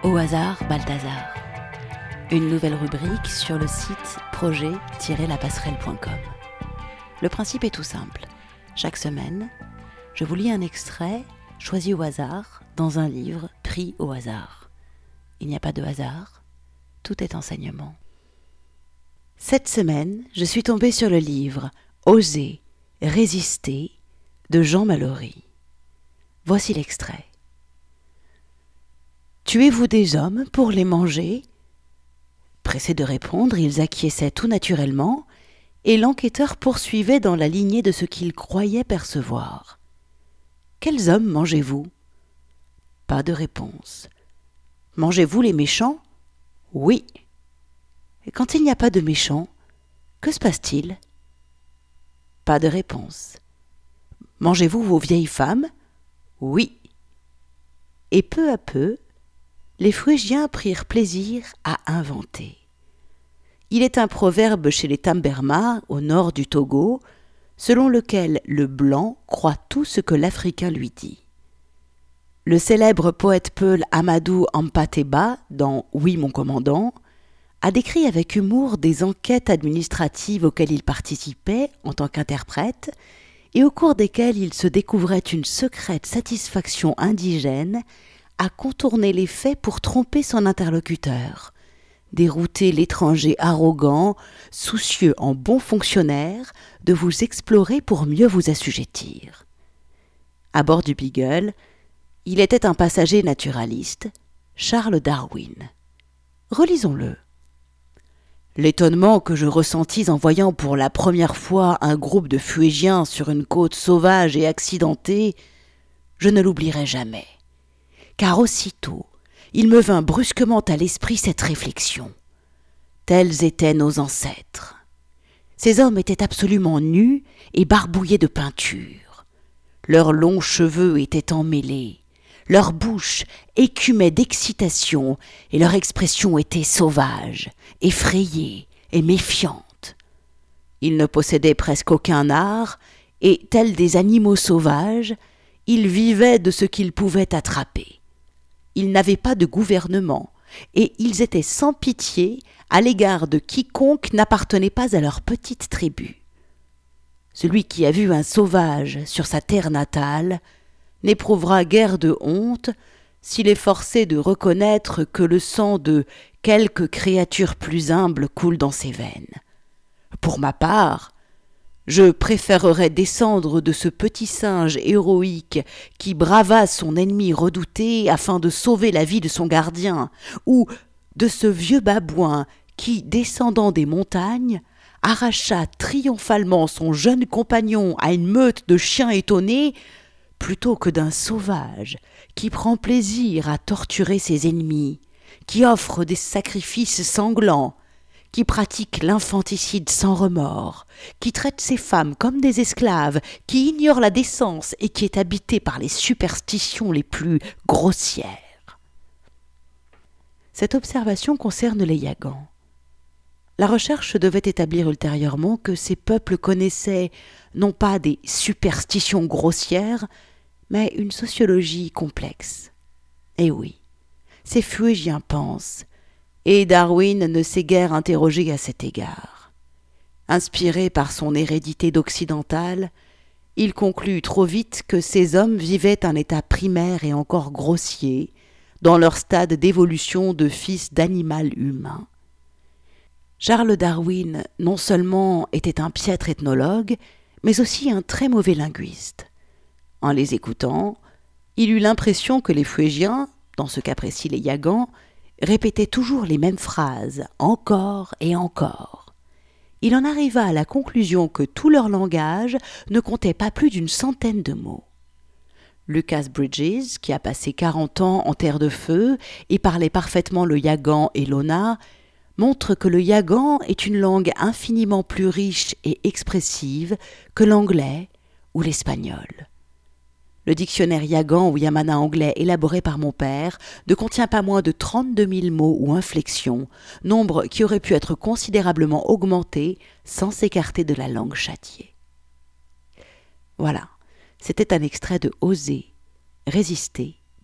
Au hasard, Balthazar. Une nouvelle rubrique sur le site projet-lapasserelle.com. Le principe est tout simple. Chaque semaine, je vous lis un extrait choisi au hasard dans un livre pris au hasard. Il n'y a pas de hasard, tout est enseignement. Cette semaine, je suis tombée sur le livre « Oser, résister » de Jean Mallory. Voici l'extrait. « Tuez-vous des hommes pour les manger ?» Pressés de répondre, ils acquiesçaient tout naturellement, et l'enquêteur poursuivait dans la lignée de ce qu'il croyait percevoir. « Quels hommes mangez-vous » Pas de réponse. « Mangez-vous les méchants » Oui. Et quand il n'y a pas de méchants, que se passe-t-il ? Pas de réponse. « Mangez-vous vos vieilles femmes » Oui. Et peu à peu, les Phrygiens prirent plaisir à inventer. Il est un proverbe chez les Tamberma, au nord du Togo, selon lequel le blanc croit tout ce que l'Africain lui dit. Le célèbre poète peul Amadou Hampâté-Bâ, dans « Oui, mon commandant », a décrit avec humour des enquêtes administratives auxquelles il participait en tant qu'interprète et au cours desquelles il se découvrait une secrète satisfaction indigène à contourner les faits pour tromper son interlocuteur, dérouter l'étranger arrogant, soucieux en bon fonctionnaire de vous explorer pour mieux vous assujettir. À bord du Beagle, il était un passager naturaliste, Charles Darwin. Relisons-le. L'étonnement que je ressentis en voyant pour la première fois un groupe de Fuégiens sur une côte sauvage et accidentée, je ne l'oublierai jamais. Car aussitôt, il me vint brusquement à l'esprit cette réflexion. Tels étaient nos ancêtres. Ces hommes étaient absolument nus et barbouillés de peinture. Leurs longs cheveux étaient emmêlés, leur bouche écumait d'excitation et leur expression était sauvage, effrayée et méfiante. Ils ne possédaient presque aucun art et, tels des animaux sauvages, ils vivaient de ce qu'ils pouvaient attraper. Ils n'avaient pas de gouvernement et ils étaient sans pitié à l'égard de quiconque n'appartenait pas à leur petite tribu. Celui qui a vu un sauvage sur sa terre natale n'éprouvera guère de honte s'il est forcé de reconnaître que le sang de quelque créature plus humble coule dans ses veines. Pour ma part, je préférerais descendre de ce petit singe héroïque qui brava son ennemi redouté afin de sauver la vie de son gardien, ou de ce vieux babouin qui, descendant des montagnes, arracha triomphalement son jeune compagnon à une meute de chiens étonnés, plutôt que d'un sauvage qui prend plaisir à torturer ses ennemis, qui offre des sacrifices sanglants, qui pratique l'infanticide sans remords, qui traite ses femmes comme des esclaves, qui ignore la décence et qui est habité par les superstitions les plus grossières. Cette observation concerne les Yagans. La recherche devait établir ultérieurement que ces peuples connaissaient non pas des superstitions grossières, mais une sociologie complexe. Et oui, ces Fuégiens pensent, et Darwin ne s'est guère interrogé à cet égard. Inspiré par son hérédité d'occidental, il conclut trop vite que ces hommes vivaient un état primaire et encore grossier, dans leur stade d'évolution de fils d'animal humain. Charles Darwin non seulement était un piètre ethnologue, mais aussi un très mauvais linguiste. En les écoutant, il eut l'impression que les Fuégiens, dans ce cas précis les Yagans, répétaient toujours les mêmes phrases, encore et encore. Il en arriva à la conclusion que tout leur langage ne comptait pas plus d'une centaine de mots. Lucas Bridges, qui a passé 40 ans en terre de feu et parlait parfaitement le Yagan et l'Ona, montre que le Yagan est une langue infiniment plus riche et expressive que l'anglais ou l'espagnol. Le dictionnaire Yagan ou Yamana anglais élaboré par mon père ne contient pas moins de 32 000 mots ou inflexions, nombre qui aurait pu être considérablement augmenté sans s'écarter de la langue châtiée. Voilà, c'était un extrait de « Oser, résister »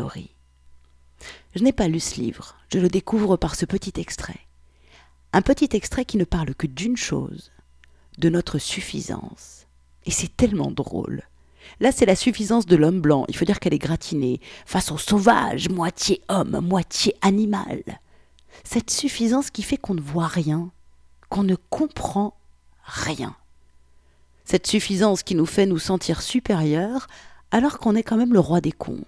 de Jean Mallory. Je n'ai pas lu ce livre, je le découvre par ce petit extrait. Un petit extrait qui ne parle que d'une chose, de notre suffisance. Et c'est tellement drôle. Là, c'est la suffisance de l'homme blanc, il faut dire qu'elle est gratinée, façon sauvage, moitié homme, moitié animal. Cette suffisance qui fait qu'on ne voit rien, qu'on ne comprend rien. Cette suffisance qui nous fait nous sentir supérieurs alors qu'on est quand même le roi des cons.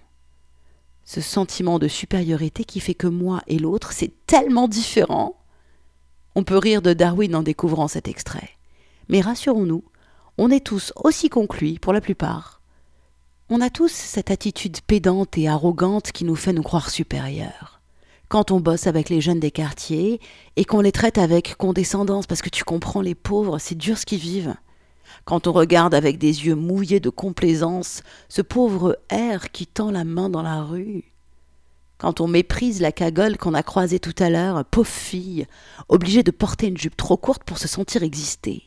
Ce sentiment de supériorité qui fait que moi et l'autre, c'est tellement différent. On peut rire de Darwin en découvrant cet extrait. Mais rassurons-nous, on est tous aussi cons que lui, pour la plupart. On a tous cette attitude pédante et arrogante qui nous fait nous croire supérieurs. Quand on bosse avec les jeunes des quartiers et qu'on les traite avec condescendance, parce que tu comprends, les pauvres, c'est dur ce qu'ils vivent. Quand on regarde avec des yeux mouillés de complaisance ce pauvre R qui tend la main dans la rue. Quand on méprise la cagole qu'on a croisée tout à l'heure, pauvre fille, obligée de porter une jupe trop courte pour se sentir exister.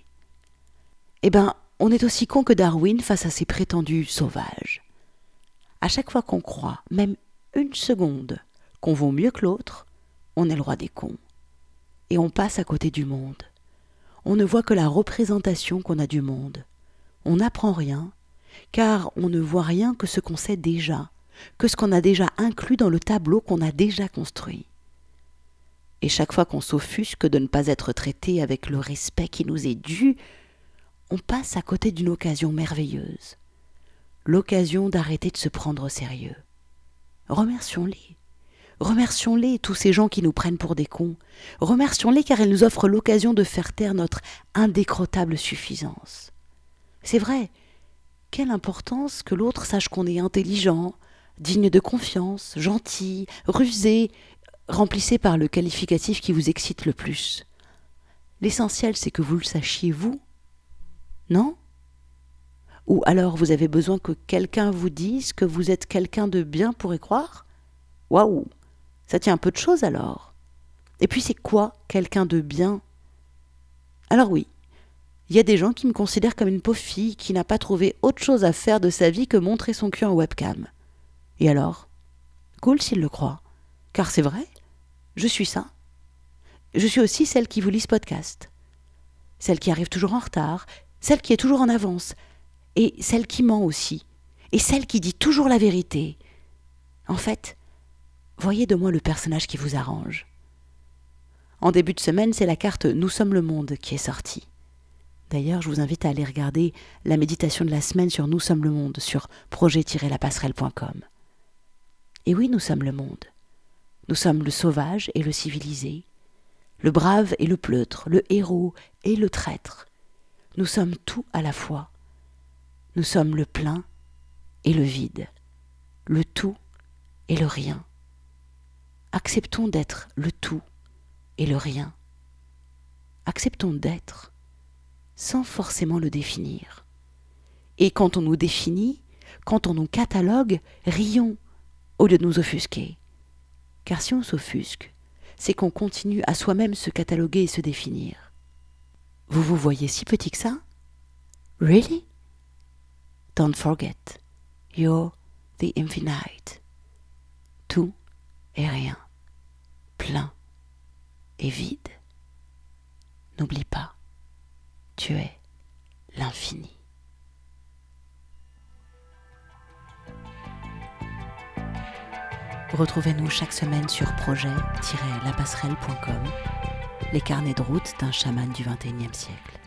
Eh ben, on est aussi con que Darwin face à ces prétendus sauvages. À chaque fois qu'on croit, même une seconde, qu'on vaut mieux que l'autre, on est le roi des cons. Et on passe à côté du monde. On ne voit que la représentation qu'on a du monde. On n'apprend rien, car on ne voit rien que ce qu'on sait déjà, que ce qu'on a déjà inclus dans le tableau qu'on a déjà construit. Et chaque fois qu'on s'offusque de ne pas être traité avec le respect qui nous est dû, on passe à côté d'une occasion merveilleuse. L'occasion d'arrêter de se prendre au sérieux. Remercions-les. Remercions-les, tous ces gens qui nous prennent pour des cons. Remercions-les car ils nous offrent l'occasion de faire taire notre indécrottable suffisance. C'est vrai, quelle importance que l'autre sache qu'on est intelligent, digne de confiance, gentil, rusé, remplissez par le qualificatif qui vous excite le plus. L'essentiel, c'est que vous le sachiez, vous. Non ? Ou alors vous avez besoin que quelqu'un vous dise que vous êtes quelqu'un de bien pour y croire ? Waouh ! Ça tient un peu de choses alors. Et puis c'est quoi quelqu'un de bien ? Alors oui, il y a des gens qui me considèrent comme une pauvre fille qui n'a pas trouvé autre chose à faire de sa vie que montrer son cul en webcam. Et alors ? Cool s'ils le croient. Car c'est vrai, je suis ça. Je suis aussi celle qui vous lit ce podcast. Celle qui arrive toujours en retard, celle qui est toujours en avance, et celle qui ment aussi, et celle qui dit toujours la vérité. En fait, voyez de moi le personnage qui vous arrange. En début de semaine, c'est la carte « Nous sommes le monde » qui est sortie. D'ailleurs, je vous invite à aller regarder la méditation de la semaine sur « Nous sommes le monde » sur projet-lapasserelle.com. Et oui, nous sommes le monde. Nous sommes le sauvage et le civilisé, le brave et le pleutre, le héros et le traître. Nous sommes tout à la fois. Nous sommes le plein et le vide, le tout et le rien. Acceptons d'être le tout et le rien. Acceptons d'être sans forcément le définir. Et quand on nous définit, quand on nous catalogue, rions au lieu de nous offusquer. Car si on s'offusque, c'est qu'on continue à soi-même se cataloguer et se définir. Vous vous voyez si petit que ça ? Really ? Don't forget, you're the infinite. Tout et rien, plein et vide. N'oublie pas, tu es l'infini. Retrouvez-nous chaque semaine sur projet-lapasserelle.com, les carnets de route d'un chaman du XXIe siècle.